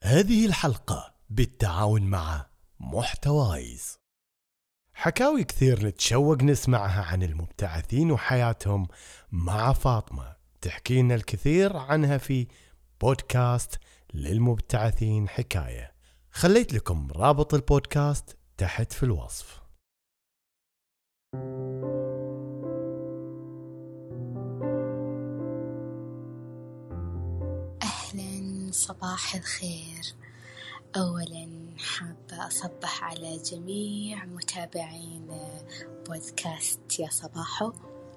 هذه الحلقة بالتعاون مع محتوايز. حكاوي كثير نتشوق نسمعها عن المبتعثين وحياتهم مع فاطمة، تحكي لنا الكثير عنها في بودكاست للمبتعثين حكاية. خليت لكم رابط البودكاست تحت في الوصف. أهلا، صباح الخير. أولا حابة أصبح على جميع متابعين بودكاست يا صباحو،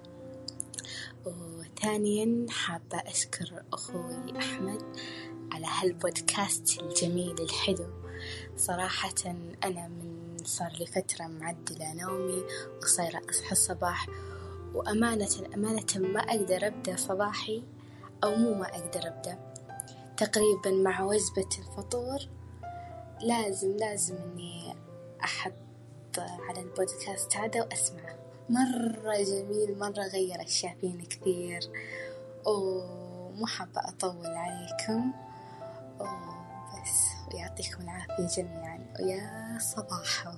وثانيا حابة أشكر أخوي أحمد على هالبودكاست الجميل الحلو. صراحة أنا من صار لي فترة معدلة نومي وصايرة أصحى الصباح، وأمانة ما أقدر أبدأ صباحي، أو ما أقدر أبدأ تقريبا مع وجبة الفطور. لازم إني أحط على البودكاست هذا وأسمعه. مرة جميل، مرة غير أشياء فيني كثير، ومو حابة أطول عليكم، بس ويعطيكم العافية جميعا، ويا صباحو.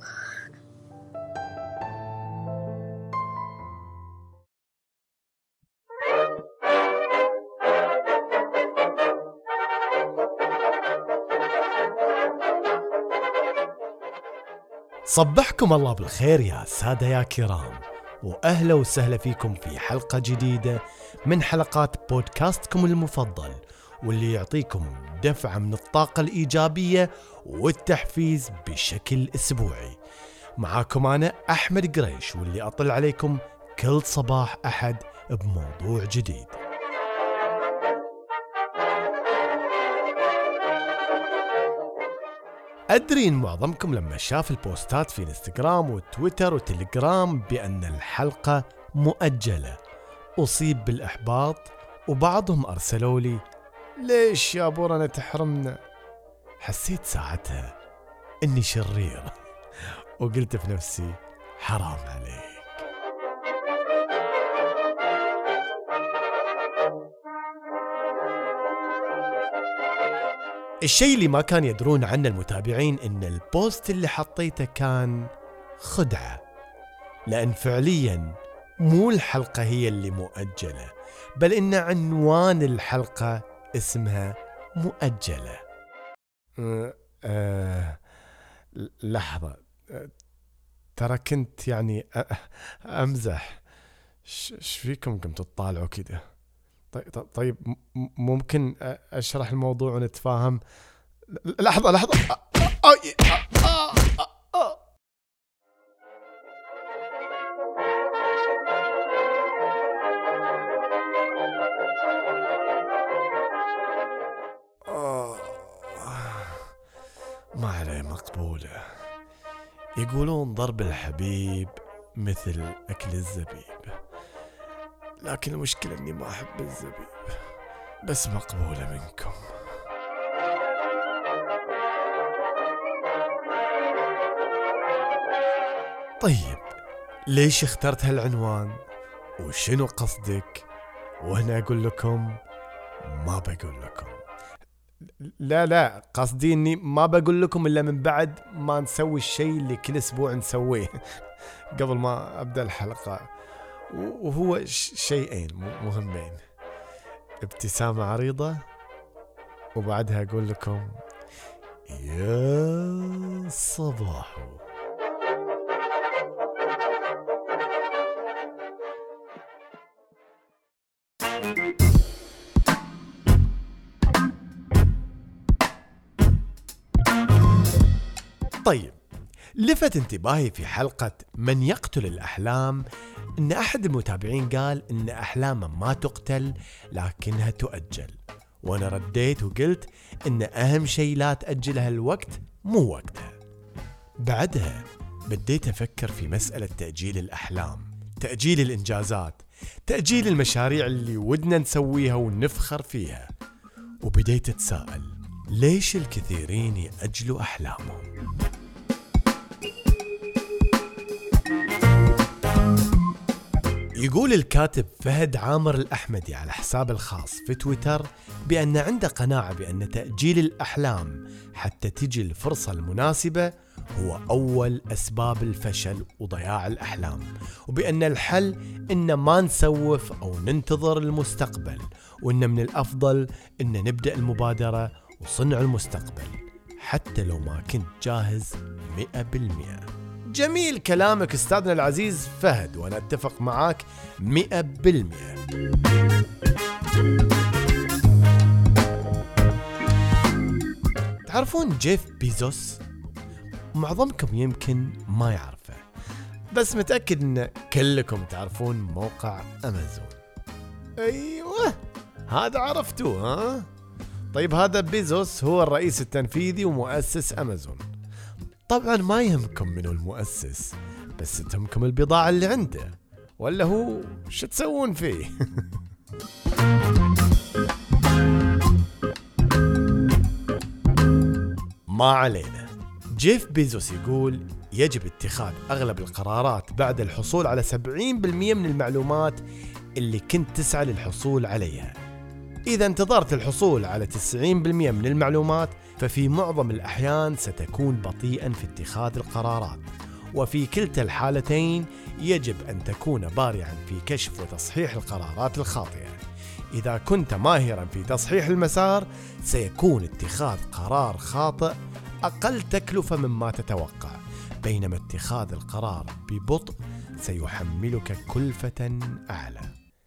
صبحكم الله بالخير يا سادة يا كرام، وأهلا وسهلا فيكم في حلقة جديدة من حلقات بودكاستكم المفضل، واللي يعطيكم دفعة من الطاقة الإيجابية والتحفيز بشكل أسبوعي. معاكم أنا أحمد قريش، واللي أطل عليكم كل صباح أحد بموضوع جديد. أدري إن معظمكم لما شاف البوستات في انستغرام وتويتر وتليجرام بأن الحلقة مؤجلة أصيب بالإحباط، وبعضهم أرسلوا لي ليش يا بورنا تحرمنا. حسيت ساعتها إني شرير وقلت في نفسي حرام عليك. الشيء اللي ما كان يدرون عنه المتابعين إن البوست اللي حطيته كان خدعة، لأن فعليا مو الحلقة هي اللي مؤجلة، بل إن عنوان الحلقة اسمها مؤجلة. لحظة، ترى كنت يعني أمزح. ايش فيكم قمتوا تطالعوا كده؟ طيب ممكن أشرح الموضوع ونتفاهم؟ لحظة ما عليه، مقبولة. يقولون ضرب الحبيب مثل أكل الزبيب، لكن المشكلة أني ما أحب الزبيب، بس مقبولة منكم. طيب ليش اخترت هالعنوان؟ وشنو قصدك؟ وهنا أقول لكم ما بقول لكم. لا قصدي أني ما بقول لكم إلا من بعد ما نسوي الشيء اللي كل أسبوع نسويه قبل ما أبدأ الحلقة، وهو شيئين مهمين: ابتسامة عريضة، وبعدها أقول لكم يا صباحو. طيب، لفت انتباهي في حلقة من يقتل الأحلام إن أحد المتابعين قال إن أحلامه ما تقتل لكنها تؤجل، وأنا رديت وقلت إن أهم شيء لا تأجلها الوقت مو وقتها. بعدها بديت أفكر في مسألة تأجيل الأحلام، تأجيل الإنجازات، تأجيل المشاريع اللي ودنا نسويها ونفخر فيها، وبديت أتساءل ليش الكثيرين يأجلوا أحلامهم؟ يقول الكاتب فهد عامر الأحمدي على حسابه الخاص في تويتر بأن عنده قناعة بأن تأجيل الأحلام حتى تجي الفرصة المناسبة هو أول أسباب الفشل وضياع الأحلام، وبأن الحل إن ما نسوف أو ننتظر المستقبل، وإن من الأفضل إن نبدأ المبادرة وصنع المستقبل حتى لو ما كنت جاهز 100%. جميل كلامك أستاذنا العزيز فهد، وأنا أتفق معاك 100%. تعرفون جيف بيزوس؟ معظمكم يمكن ما يعرفه، بس متأكد أن كلكم تعرفون موقع أمازون. أيوة هذا عرفتوه ها؟ طيب هذا بيزوس هو الرئيس التنفيذي ومؤسس أمازون. طبعا ما يهمكم منو المؤسس، بس تهمكم البضاعة اللي عنده، ولا هو شو تسوون فيه؟ ما علينا. جيف بيزوس يقول يجب اتخاذ أغلب القرارات بعد الحصول على 70% من المعلومات اللي كنت تسعى للحصول عليها. إذا انتظرت الحصول على 90% من المعلومات ففي معظم الأحيان ستكون بطيئا في اتخاذ القرارات، وفي كلتا الحالتين يجب أن تكون بارعا في كشف وتصحيح القرارات الخاطئة. إذا كنت ماهرا في تصحيح المسار سيكون اتخاذ قرار خاطئ أقل تكلفة مما تتوقع، بينما اتخاذ القرار ببطء سيحملك كلفة أعلى.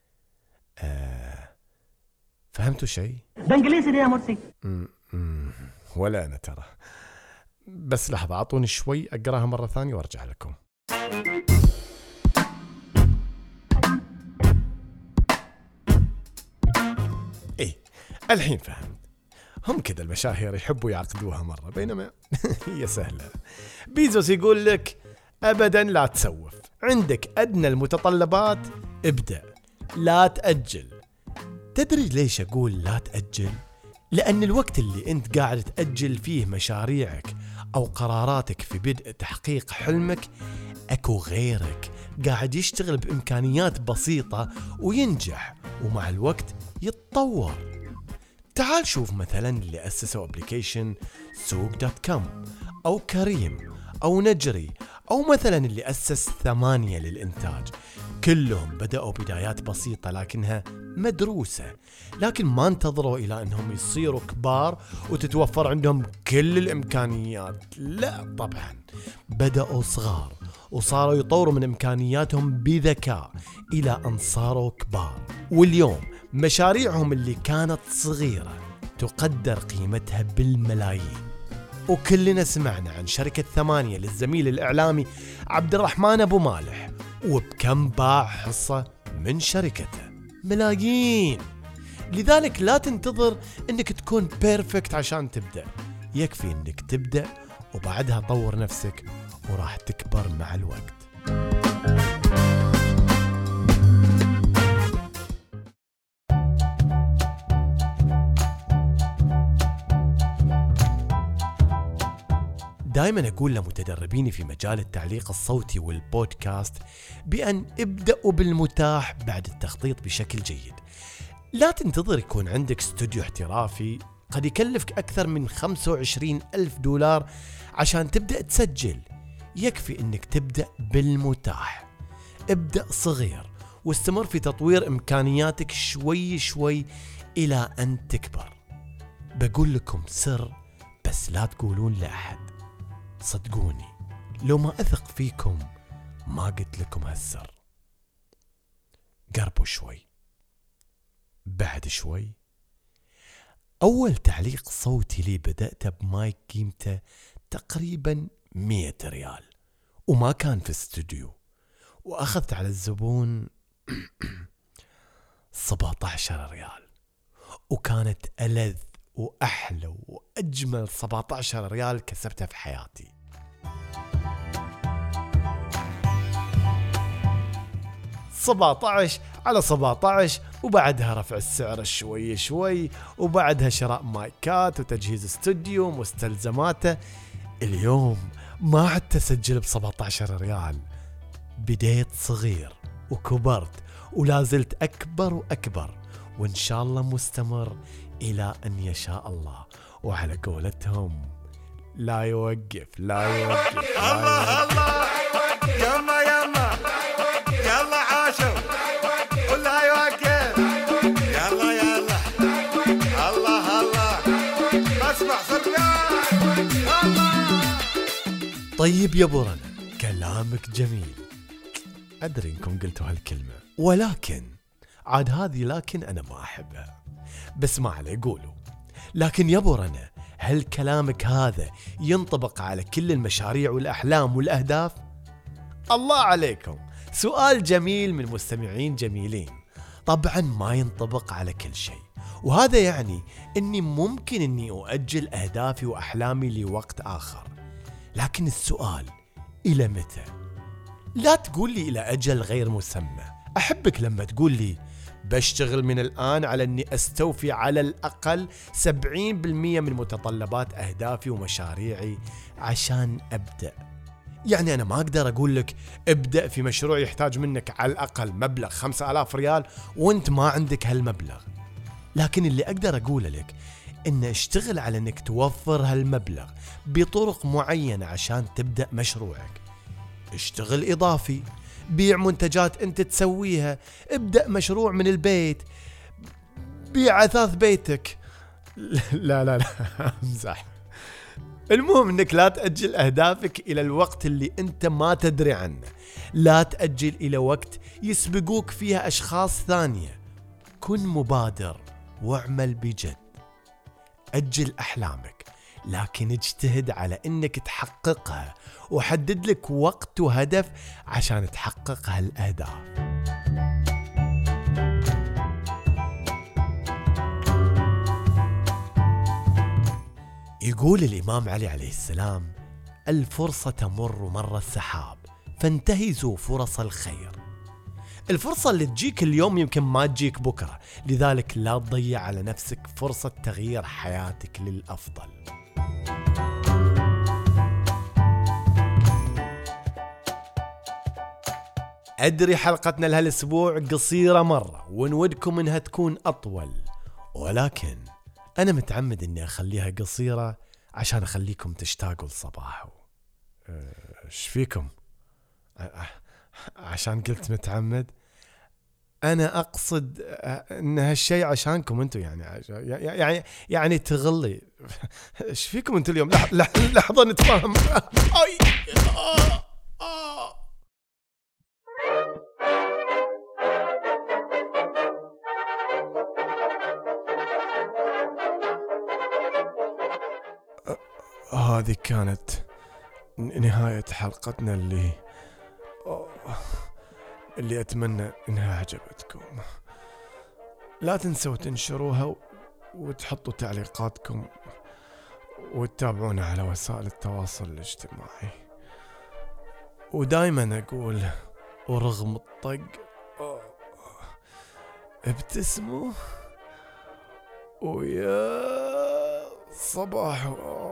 فهمتوا شيء؟ ده انجليزي ده يا مرسي. ولا أنا ترى، بس لحظة أعطوني شوي أقراها مرة ثانية وأرجع لكم. إيه الحين فهمت. هم كذا المشاهير يحبوا يعقدوها مرة، بينما هي سهلة. بيزوس يقول لك أبدا لا تسوف، عندك أدنى المتطلبات ابدأ، لا تأجل. تدري ليش أقول لا تأجل؟ لأن الوقت اللي أنت قاعد تأجل فيه مشاريعك أو قراراتك في بدء تحقيق حلمك، أكو غيرك قاعد يشتغل بإمكانيات بسيطة وينجح، ومع الوقت يتطور. تعال شوف مثلا اللي أسسوا أبليكيشن سوق.com أو كريم أو نجري، أو مثلا اللي أسس 8 للإنتاج. كلهم بدأوا بدايات بسيطة لكنها مدروسة، لكن ما انتظروا إلى أنهم يصيروا كبار وتتوفر عندهم كل الإمكانيات. لا طبعا، بدأوا صغار وصاروا يطوروا من إمكانياتهم بذكاء إلى أن صاروا كبار، واليوم مشاريعهم اللي كانت صغيرة تقدر قيمتها بالملايين. وكلنا سمعنا عن شركة 8 للزميل الإعلامي عبد الرحمن أبو مالح، وبكم باع حصة من شركته؟ ملايين. لذلك لا تنتظر انك تكون بيرفكت عشان تبدأ، يكفي انك تبدأ وبعدها طور نفسك وراح تكبر مع الوقت. دائما أقول لمتدربيني في مجال التعليق الصوتي والبودكاست بأن ابدأوا بالمتاح بعد التخطيط بشكل جيد. لا تنتظر يكون عندك استوديو احترافي قد يكلفك أكثر من 25,000 دولار عشان تبدأ تسجل. يكفي أنك تبدأ بالمتاح. ابدأ صغير واستمر في تطوير إمكانياتك شوي شوي إلى أن تكبر. بقول لكم سر بس لا تقولون لأحد. صدقوني لو ما أثق فيكم ما قلت لكم هالسر. قربوا شوي. بعد شوي. أول تعليق صوتي لي بدأته بمايك قيمته تقريبا 100 ريال، وما كان في استوديو، وأخذت على الزبون 17 ريال، وكانت ألذ وأحلى وأجمل 17 ريال كسبتها في حياتي. 17 على 17، وبعدها رفع السعر شوي شوي، وبعدها شراء مايكات وتجهيز استوديو ومستلزماته. اليوم ما عدت أسجل ب17 ريال. بديت صغير وكبرت ولا زلت أكبر وأكبر، وإن شاء الله مستمر إلى أن يشاء الله. وعلى قولتهم لا يوقف لا يوقف. الله الله يما يما يلا عاشوا ولا يوقف. يلا يلا الله الله اسمع صبيان الله. طيب يا ابو رنا، كلامك جميل، أدري إنكم قلتوا هالكلمة، ولكن عاد هذه لكن أنا ما أحبها، بس ما عليه قولوا. لكن يا ابو رنا، هل كلامك هذا ينطبق على كل المشاريع والأحلام والأهداف؟ الله عليكم، سؤال جميل من مستمعين جميلين. طبعا ما ينطبق على كل شيء، وهذا يعني أني ممكن أني أؤجل أهدافي وأحلامي لوقت آخر، لكن السؤال إلى متى؟ لا تقول لي إلى أجل غير مسمى. أحبك لما تقول لي بشتغل من الآن على أني أستوفي على الأقل 70% من متطلبات أهدافي ومشاريعي عشان أبدأ. يعني أنا ما أقدر أقول لك ابدأ في مشروع يحتاج منك على الأقل مبلغ 5000 ريال وانت ما عندك هالمبلغ، لكن اللي أقدر أقول لك إن اشتغل على أنك توفر هالمبلغ بطرق معينة عشان تبدأ مشروعك. اشتغل إضافي، بيع منتجات أنت تسويها، ابدأ مشروع من البيت، بيع أثاث بيتك. لا امزح. المهم أنك لا تأجل أهدافك إلى الوقت اللي أنت ما تدري عنه، لا تأجل إلى وقت يسبقوك فيها أشخاص ثانية. كن مبادر واعمل بجد. أجل أحلامك، لكن اجتهد على أنك تحققها، وحدد لك وقت وهدف عشان تحقق هالأهداف. يقول الإمام علي عليه السلام: الفرصة تمر مر السحاب، فانتهزوا فرص الخير. الفرصة اللي تجيك اليوم يمكن ما تجيك بكرة، لذلك لا تضيع على نفسك فرصة تغيير حياتك للأفضل. أدري حلقتنا لهالأسبوع قصيرة مرة، ونودكم إنها تكون أطول، ولكن أنا متعمد إني أخليها قصيرة عشان أخليكم تشتاقوا لصباحه. إيش فيكم؟ عشان قلت متعمد؟ أنا أقصد إن هالشيء عشانكم أنتم، يعني تغلي. إيش فيكم أنتم اليوم؟ لحظة نتفاهم. هذه كانت نهاية حلقتنا اللي أتمنى إنها عجبتكم. لا تنسوا تنشروها وتحطوا تعليقاتكم وتتابعونا على وسائل التواصل الاجتماعي. ودايما أقول ورغم الطق ابتسموا ويا صباح.